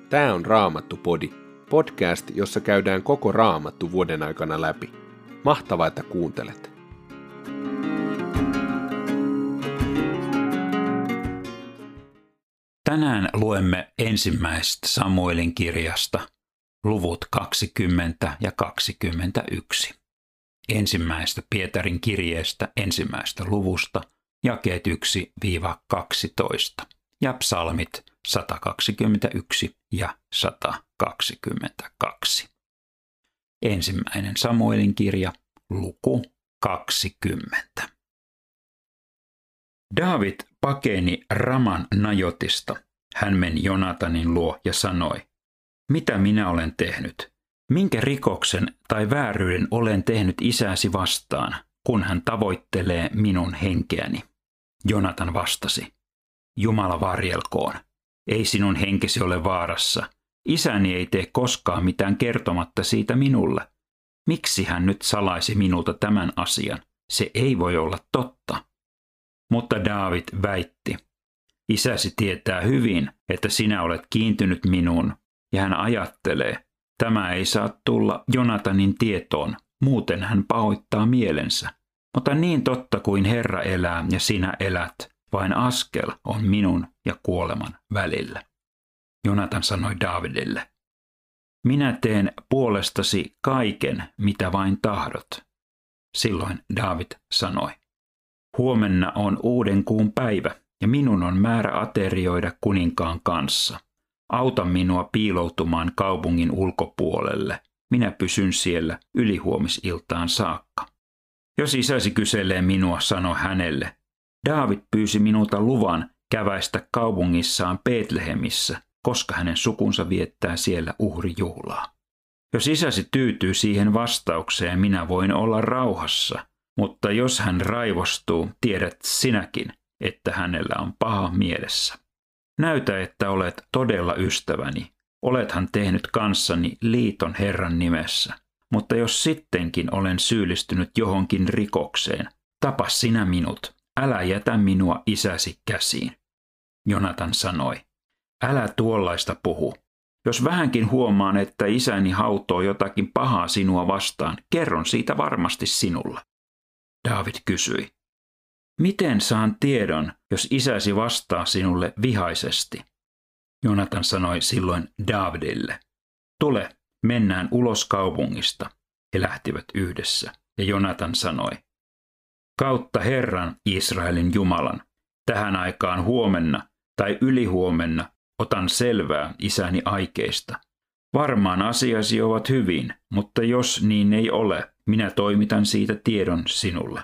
Tää on Raamattu-podi, podcast, jossa käydään koko Raamattu vuoden aikana läpi. Mahtavaa, että kuuntelet! Tänään luemme ensimmäistä Samuelin kirjasta, luvut 20 ja 21. Ensimmäistä Pietarin kirjeestä ensimmäistä luvusta, jakeet 1-12 ja psalmit 121 ja 122. Ensimmäinen Samuelin kirja, luku 20. Daavid pakeni Raman Najotista. Hän meni Jonatanin luo ja sanoi, mitä minä olen tehnyt? Minkä rikoksen tai vääryyden olen tehnyt isäsi vastaan, kun hän tavoittelee minun henkeäni? Jonatan vastasi, Jumala varjelkoon. Ei sinun henkesi ole vaarassa. Isäni ei tee koskaan mitään kertomatta siitä minulle. Miksi hän nyt salaisi minulta tämän asian? Se ei voi olla totta. Mutta Daavid väitti, isäsi tietää hyvin, että sinä olet kiintynyt minuun, ja hän ajattelee, tämä ei saa tulla Jonatanin tietoon, muuten hän pahoittaa mielensä. Mutta niin totta kuin Herra elää ja sinä elät, vain askel on minun ja kuoleman välillä. Jonatan sanoi Daavidille, minä teen puolestasi kaiken, mitä vain tahdot. Silloin Daavid sanoi, huomenna on uuden kuun päivä ja minun on määrä aterioida kuninkaan kanssa. Auta minua piiloutumaan kaupungin ulkopuolelle. Minä pysyn siellä ylihuomisiltaan saakka. Jos isäsi kyselee minua, sano hänelle. Daavid pyysi minulta luvan käväistä kaupungissaan Betlehemissä, koska hänen sukunsa viettää siellä uhrijuhlaa. Jos isäsi tyytyy siihen vastaukseen, minä voin olla rauhassa, mutta jos hän raivostuu, tiedät sinäkin, että hänellä on paha mielessä. Näytä, että olet todella ystäväni. Olethan tehnyt kanssani liiton Herran nimessä. Mutta jos sittenkin olen syyllistynyt johonkin rikokseen, tapa sinä minut. Älä jätä minua isäsi käsiin. Jonatan sanoi, älä tuollaista puhu. Jos vähänkin huomaan, että isäni hautoo jotakin pahaa sinua vastaan, kerron siitä varmasti sinulle. Daavid kysyi, miten saan tiedon, jos isäsi vastaa sinulle vihaisesti? Jonatan sanoi silloin Daavidille, tule, mennään ulos kaupungista. He lähtivät yhdessä, ja Jonatan sanoi, kautta Herran Israelin Jumalan, tähän aikaan huomenna tai ylihuomenna otan selvää isäni aikeista. Varmaan asiasi ovat hyvin, mutta jos niin ei ole, minä toimitan siitä tiedon sinulle.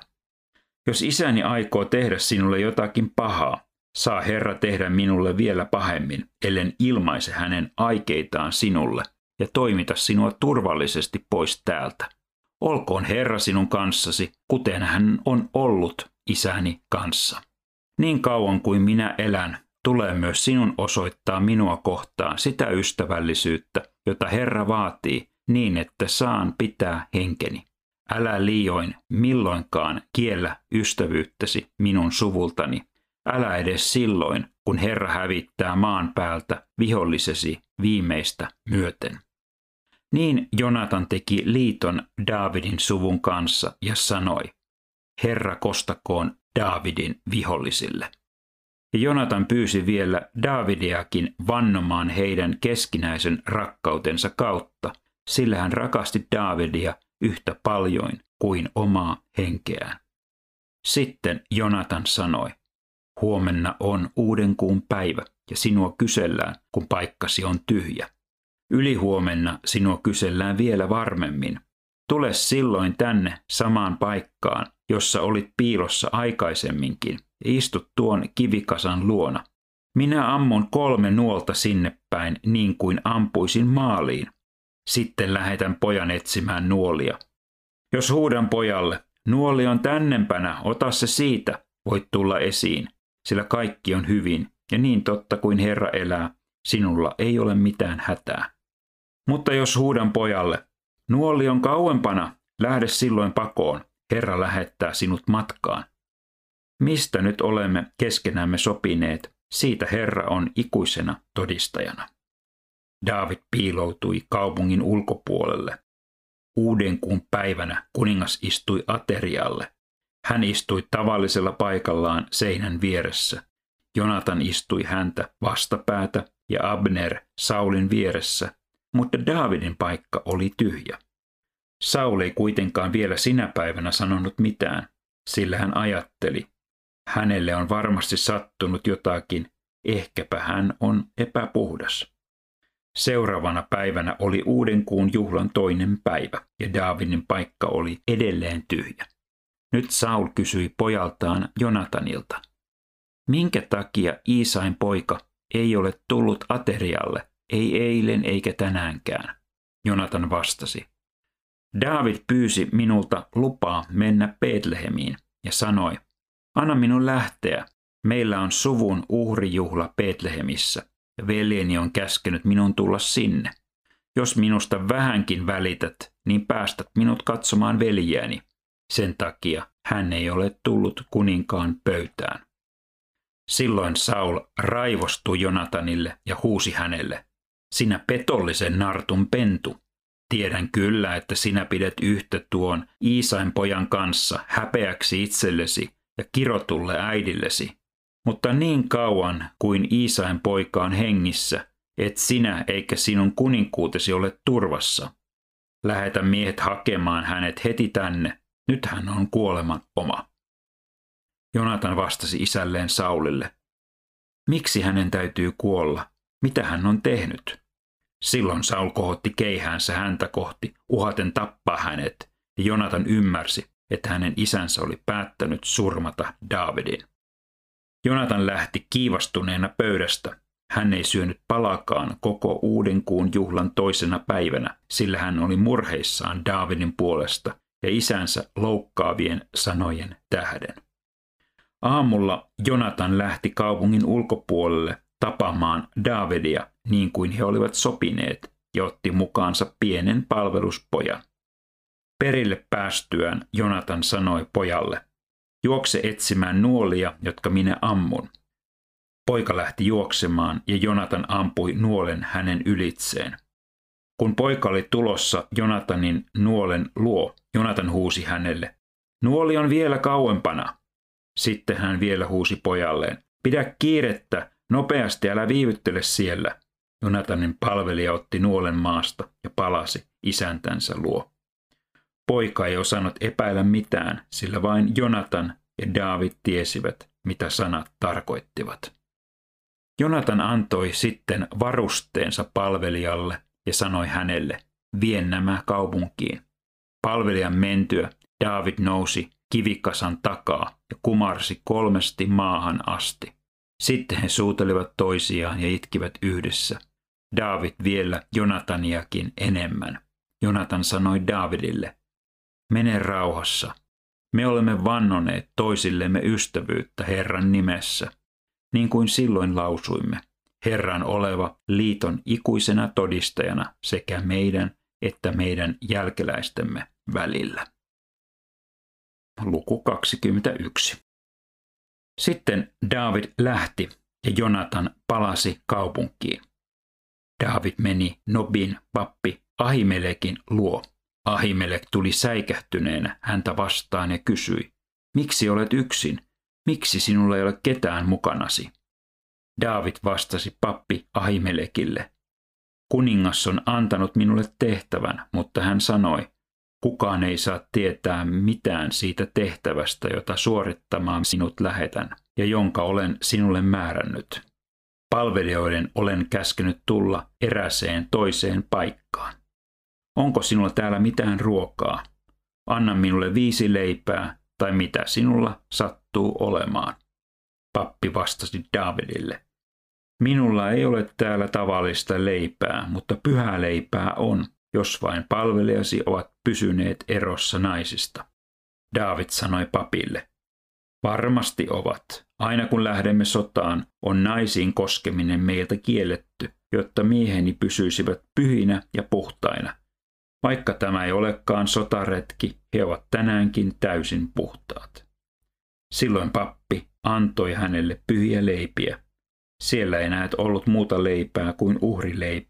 Jos isäni aikoo tehdä sinulle jotakin pahaa, saa Herra tehdä minulle vielä pahemmin, ellen ilmaise hänen aikeitaan sinulle ja toimita sinua turvallisesti pois täältä. Olkoon Herra sinun kanssasi, kuten hän on ollut isäni kanssa. Niin kauan kuin minä elän, tulee myös sinun osoittaa minua kohtaan sitä ystävällisyyttä, jota Herra vaatii, niin että saan pitää henkeni. Älä liioin milloinkaan kiellä ystävyyttäsi minun suvultani. Älä edes silloin, kun Herra hävittää maan päältä vihollisesi viimeistä myöten. Niin Jonatan teki liiton Daavidin suvun kanssa ja sanoi, Herra kostakoon Daavidin vihollisille. Ja Jonatan pyysi vielä Daavidiakin vannomaan heidän keskinäisen rakkautensa kautta, sillä hän rakasti Daavidia yhtä paljon kuin omaa henkeään. Sitten Jonatan sanoi, huomenna on uuden kuun päivä ja sinua kysellään, kun paikkasi on tyhjä. Ylihuomenna sinua kysellään vielä varmemmin. Tule silloin tänne samaan paikkaan, jossa olit piilossa aikaisemminkin, ja istut tuon kivikasan luona. Minä ammun 3 nuolta sinne päin niin kuin ampuisin maaliin. Sitten lähetän pojan etsimään nuolia. Jos huudan pojalle, nuoli on tännempänä, ota se siitä, voit tulla esiin, sillä kaikki on hyvin, ja niin totta kuin Herra elää, sinulla ei ole mitään hätää. Mutta jos huudan pojalle, nuoli on kauempana, lähde silloin pakoon, Herra lähettää sinut matkaan. Mistä nyt olemme keskenämme sopineet, siitä Herra on ikuisena todistajana. Daavid piiloutui kaupungin ulkopuolelle. Uuden kuun päivänä kuningas istui aterialle. Hän istui tavallisella paikallaan seinän vieressä. Jonatan istui häntä vastapäätä ja Abner Saulin vieressä, mutta Daavidin paikka oli tyhjä. Saul ei kuitenkaan vielä sinä päivänä sanonut mitään, sillä hän ajatteli, hänelle on varmasti sattunut jotakin, ehkäpä hän on epäpuhdas. Seuraavana päivänä oli uuden kuun juhlan toinen päivä ja Daavidin paikka oli edelleen tyhjä. Nyt Saul kysyi pojaltaan Jonatanilta, minkä takia Iisain poika ei ole tullut aterialle, ei eilen eikä tänäänkään? Jonatan vastasi, Daavid pyysi minulta lupaa mennä Betlehemiin ja sanoi, anna minun lähteä, meillä on suvun uhrijuhla Betlehemissä ja veljeni on käskenyt minun tulla sinne. Jos minusta vähänkin välität, niin päästät minut katsomaan veljeäni. Sen takia hän ei ole tullut kuninkaan pöytään. Silloin Saul raivostui Jonatanille ja huusi hänelle, sinä petollisen nartun pentu. Tiedän kyllä, että sinä pidät yhtä tuon Iisain pojan kanssa häpeäksi itsellesi ja kirotulle äidillesi. Mutta niin kauan kuin Iisain poika on hengissä, et sinä eikä sinun kuninkuutesi ole turvassa. Lähetä miehet hakemaan hänet heti tänne, nyt hän on kuoleman oma. Jonatan vastasi isälleen Saulille, miksi hänen täytyy kuolla, mitä hän on tehnyt? Silloin Saul kohotti keihäänsä häntä kohti, uhaten tappaa hänet, ja Jonatan ymmärsi, että hänen isänsä oli päättänyt surmata Daavidin. Jonatan lähti kiivastuneena pöydästä. Hän ei syönyt palakaan koko uuden kuun juhlan toisena päivänä, sillä hän oli murheissaan Daavidin puolesta ja isänsä loukkaavien sanojen tähden. Aamulla Jonatan lähti kaupungin ulkopuolelle tapaamaan Daavidia niin kuin he olivat sopineet ja otti mukaansa pienen palveluspojan. Perille päästyään Jonatan sanoi pojalle, juokse etsimään nuolia, jotka minä ammun. Poika lähti juoksemaan ja Jonatan ampui nuolen hänen ylitseen. Kun poika oli tulossa Jonatanin nuolen luo, Jonatan huusi hänelle, nuoli on vielä kauempana. Sitten hän vielä huusi pojalleen, pidä kiirettä, nopeasti älä viivyttele siellä. Jonatanin palvelija otti nuolen maasta ja palasi isäntänsä luo. Poika ei osannut epäillä mitään, sillä vain Jonatan ja Daavid tiesivät, mitä sanat tarkoittivat. Jonatan antoi sitten varusteensa palvelijalle ja sanoi hänelle, vie nämä kaupunkiin. Palvelijan mentyä Daavid nousi kivikasan takaa ja kumarsi 3 maahan asti. Sitten he suutelivat toisiaan ja itkivät yhdessä. Daavid vielä Jonataniakin enemmän. Jonatan sanoi Daavidille, mene rauhassa. Me olemme vannoneet toisillemme ystävyyttä Herran nimessä, niin kuin silloin lausuimme. Herran oleva liiton ikuisena todistajana sekä meidän että meidän jälkeläistemme välillä. Luku 21. Sitten Daavid lähti ja Jonatan palasi kaupunkiin. Daavid meni Nobin pappi Ahimelekin luo. Ahimelek tuli säikähtyneenä häntä vastaan ja kysyi, miksi olet yksin? Miksi sinulla ei ole ketään mukanasi? Daavid vastasi pappi Ahimelekille, kuningas on antanut minulle tehtävän, mutta hän sanoi, kukaan ei saa tietää mitään siitä tehtävästä, jota suorittamaan sinut lähetän ja jonka olen sinulle määrännyt. Palvelijoiden olen käskenyt tulla eräseen toiseen paikkaan. Onko sinulla täällä mitään ruokaa? Anna minulle 5 leipää, tai mitä sinulla sattuu olemaan. Pappi vastasi Daavidille. Minulla ei ole täällä tavallista leipää, mutta pyhää leipää on, jos vain palvelijasi ovat pysyneet erossa naisista. Daavid sanoi papille. Varmasti ovat. Aina kun lähdemme sotaan, on naisiin koskeminen meiltä kielletty, jotta mieheni pysyisivät pyhinä ja puhtaina. Vaikka tämä ei olekaan sotaretki, he ovat tänäänkin täysin puhtaat. Silloin pappi antoi hänelle pyhiä leipiä. Siellä ei näet ollut muuta leipää kuin uhrileipiä,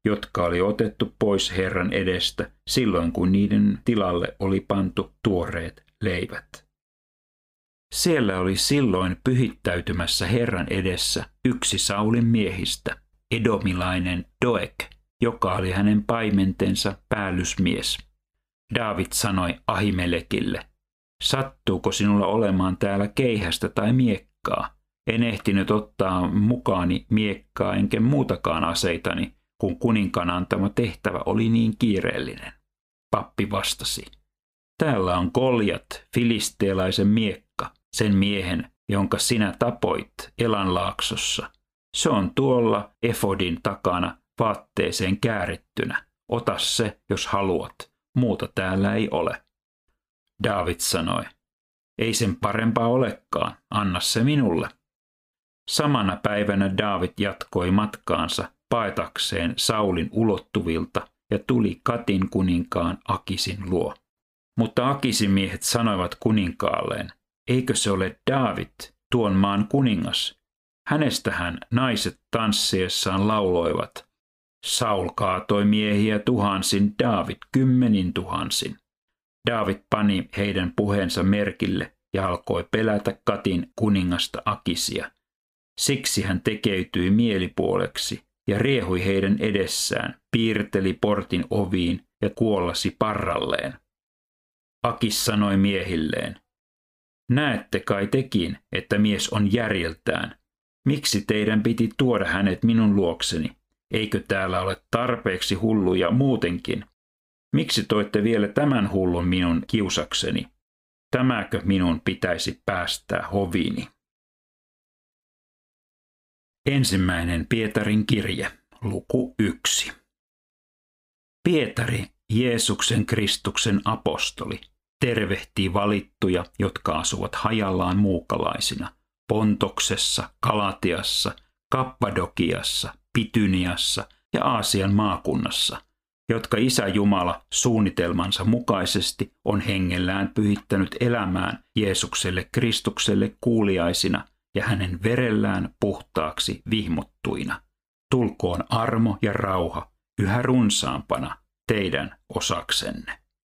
jotka oli otettu pois Herran edestä silloin, kun niiden tilalle oli pantu tuoreet leivät. Siellä oli silloin pyhittäytymässä Herran edessä yksi Saulin miehistä, edomilainen Doeg, joka oli hänen paimentensa päällysmies. Daavid sanoi Ahimelekille, sattuuko sinulla olemaan täällä keihästä tai miekkaa? En ehtinyt ottaa mukaani miekkaa enkä muutakaan aseitani, kun kuninkaan antama tehtävä oli niin kiireellinen. Pappi vastasi, täällä on Goljat, filisteelaisen miekka, sen miehen, jonka sinä tapoit Elanlaaksossa. Se on tuolla efodin takana vaatteeseen käärittynä. Ota se, jos haluat. Muuta täällä ei ole. Daavid sanoi, ei sen parempaa olekaan, anna se minulle. Samana päivänä Daavid jatkoi matkaansa paetakseen Saulin ulottuvilta ja tuli Katin kuninkaan Akisin luo. Mutta Akisin miehet sanoivat kuninkaalleen, eikö se ole Daavid, tuon maan kuningas? Hänestähän naiset tanssiessaan lauloivat. Saul kaatoi miehiä tuhansin, Daavid 10 000. Daavid pani heidän puheensa merkille ja alkoi pelätä Katin kuningasta Akisia. Siksi hän tekeytyi mielipuoleksi ja riehui heidän edessään, piirteli portin oviin ja kuollasi parralleen. Akis sanoi miehilleen, näette kai tekin, että mies on järjeltään. Miksi teidän piti tuoda hänet minun luokseni? Eikö täällä ole tarpeeksi hulluja muutenkin? Miksi toitte vielä tämän hullun minun kiusakseni? Tämäkö minun pitäisi päästää hoviini? Ensimmäinen Pietarin kirje, luku 1. Pietari, Jeesuksen Kristuksen apostoli, tervehtii valittuja, jotka asuvat hajallaan muukalaisina, Pontoksessa, Galatiassa, Kappadokiassa, Pityniassa ja Aasian maakunnassa, jotka Isä Jumala suunnitelmansa mukaisesti on hengellään pyhittänyt elämään Jeesukselle Kristukselle kuuliaisina ja hänen verellään puhtaaksi vihmottuina. Tulkoon armo ja rauha yhä runsaampana teidän osaksenne.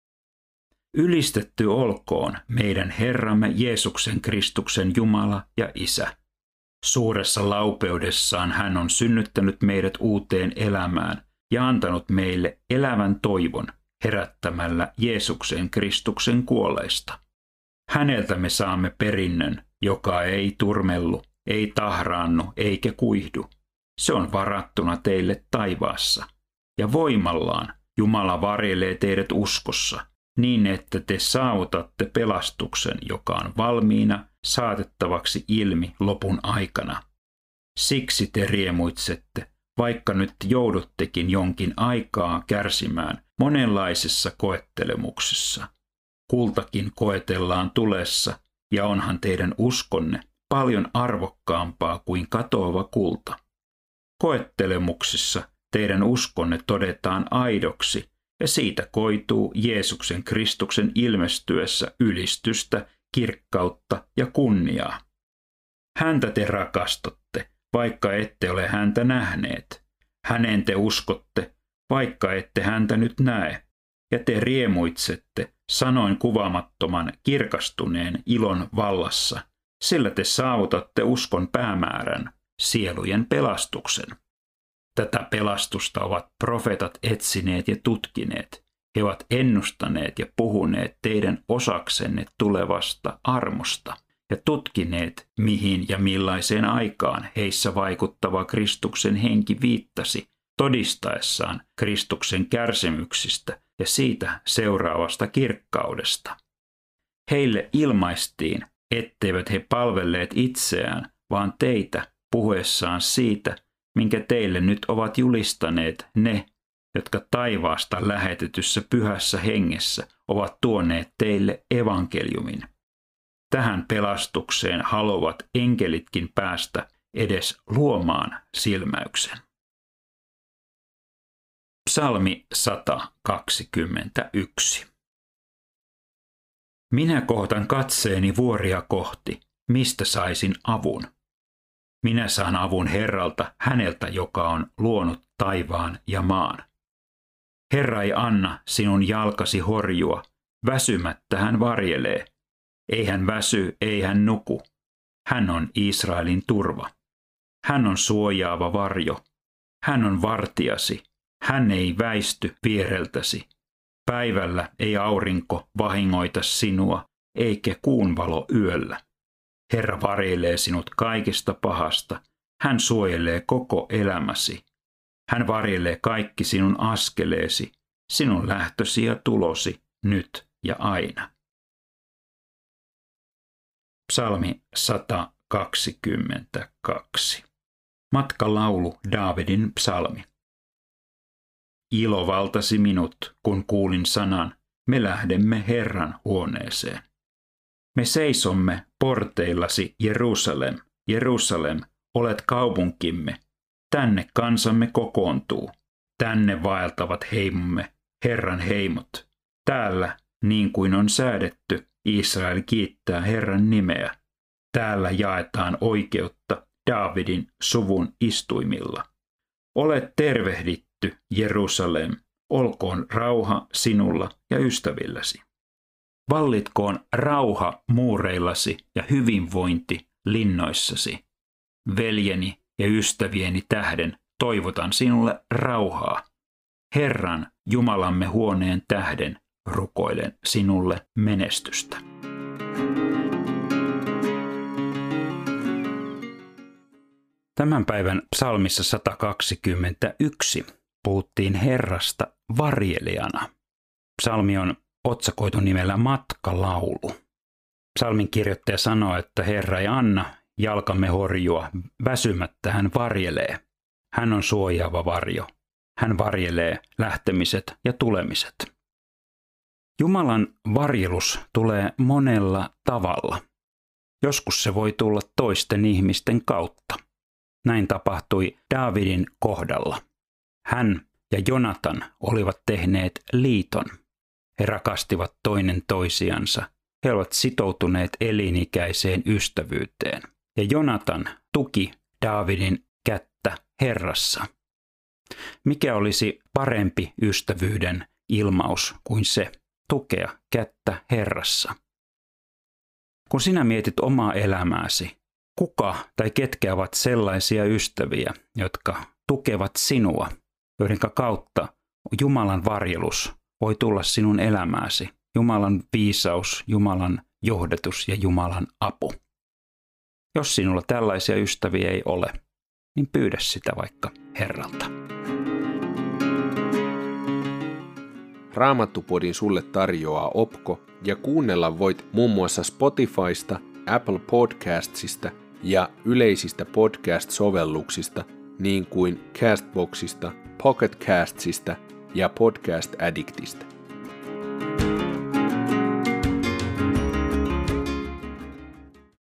Ylistetty olkoon meidän Herramme Jeesuksen Kristuksen Jumala ja Isä. Suuressa laupeudessaan hän on synnyttänyt meidät uuteen elämään ja antanut meille elävän toivon herättämällä Jeesuksen Kristuksen kuolleista. Häneltä me saamme perinnön, joka ei turmellu, ei tahraannu eikä kuihdu. Se on varattuna teille taivaassa. Ja voimallaan Jumala varjelee teidät uskossa, niin että te saavutatte pelastuksen, joka on valmiina saatettavaksi ilmi lopun aikana. Siksi te riemuitsette, vaikka nyt jouduttekin jonkin aikaa kärsimään monenlaisessa koettelemuksessa. Kultakin koetellaan tulessa, ja onhan teidän uskonne paljon arvokkaampaa kuin katoava kulta. Koettelemuksissa teidän uskonne todetaan aidoksi, ja siitä koituu Jeesuksen Kristuksen ilmestyessä ylistystä, kirkkautta ja kunniaa. Häntä te rakastatte, vaikka ette ole häntä nähneet. Häneen te uskotte, vaikka ette häntä nyt näe. Ja te riemuitsette sanoin kuvaamattoman kirkastuneen ilon vallassa, sillä te saavutatte uskon päämäärän, sielujen pelastuksen. Tätä pelastusta ovat profeetat etsineet ja tutkineet. He ovat ennustaneet ja puhuneet teidän osaksenne tulevasta armosta ja tutkineet, mihin ja millaiseen aikaan heissä vaikuttava Kristuksen henki viittasi, todistaessaan Kristuksen kärsimyksistä ja siitä seuraavasta kirkkaudesta. Heille ilmaistiin, etteivät he palvelleet itseään, vaan teitä puhuessaan siitä, minkä teille nyt ovat julistaneet ne, jotka taivaasta lähetetyssä pyhässä hengessä ovat tuoneet teille evankeliumin. Tähän pelastukseen haluavat enkelitkin päästä edes luomaan silmäyksen. Psalmi 121. Minä kohtan katseeni vuoria kohti, mistä saisin avun. Minä saan avun Herralta, häneltä, joka on luonut taivaan ja maan. Herra ei anna sinun jalkasi horjua, väsymättä hän varjelee. Ei hän väsy, ei hän nuku. Hän on Israelin turva. Hän on suojaava varjo. Hän on vartijasi. Hän ei väisty viereltäsi. Päivällä ei aurinko vahingoita sinua, eikä kuun valo yöllä. Herra varjelee sinut kaikesta pahasta. Hän suojelee koko elämäsi. Hän varjelee kaikki sinun askeleesi, sinun lähtösi ja tulosi, nyt ja aina. Psalmi 122. Matkalaulu Daavidin psalmi. Ilo valtasi minut, kun kuulin sanan, me lähdemme Herran huoneeseen. Me seisomme porteillasi, Jerusalem, Jerusalem, olet kaupunkimme. Tänne kansamme kokoontuu. Tänne vaeltavat heimomme, Herran heimot. Täällä, niin kuin on säädetty, Israel kiittää Herran nimeä. Täällä jaetaan oikeutta Daavidin suvun istuimilla. Olet tervehditty, Jerusalem, olkoon rauha sinulla ja ystävilläsi. Vallitkoon rauha muureillasi ja hyvinvointi linnoissasi. Veljeni ja ystävieni tähden toivotan sinulle rauhaa. Herran, Jumalamme huoneen tähden, rukoilen sinulle menestystä. Tämän päivän psalmissa 121 puhuttiin Herrasta varjelijana. Psalmi on otsakoitu nimellä Matkalaulu. Psalmin kirjoittaja sanoo, että Herra ei anna jalkamme horjua, väsymättä hän varjelee. Hän on suojaava varjo. Hän varjelee lähtemiset ja tulemiset. Jumalan varjelus tulee monella tavalla. Joskus se voi tulla toisten ihmisten kautta. Näin tapahtui Daavidin kohdalla. Hän ja Jonatan olivat tehneet liiton. He rakastivat toinen toisiansa. He olivat sitoutuneet elinikäiseen ystävyyteen. Ja Jonatan tuki Daavidin kättä Herrassa. Mikä olisi parempi ystävyyden ilmaus kuin se tukea kättä Herrassa? Kun sinä mietit omaa elämääsi, kuka tai ketkä ovat sellaisia ystäviä, jotka tukevat sinua, joiden kautta Jumalan varjelus voi tulla sinun elämääsi, Jumalan viisaus, Jumalan johdatus ja Jumalan apu. Jos sinulla tällaisia ystäviä ei ole, niin pyydä sitä vaikka Herralta. Raamattupodin sulle tarjoaa Opko ja kuunnella voit muun muassa Spotifysta, Apple Podcastsista ja yleisistä podcast-sovelluksista niin kuin Castboxista, Pocket Castsista ja Podcast Addictista.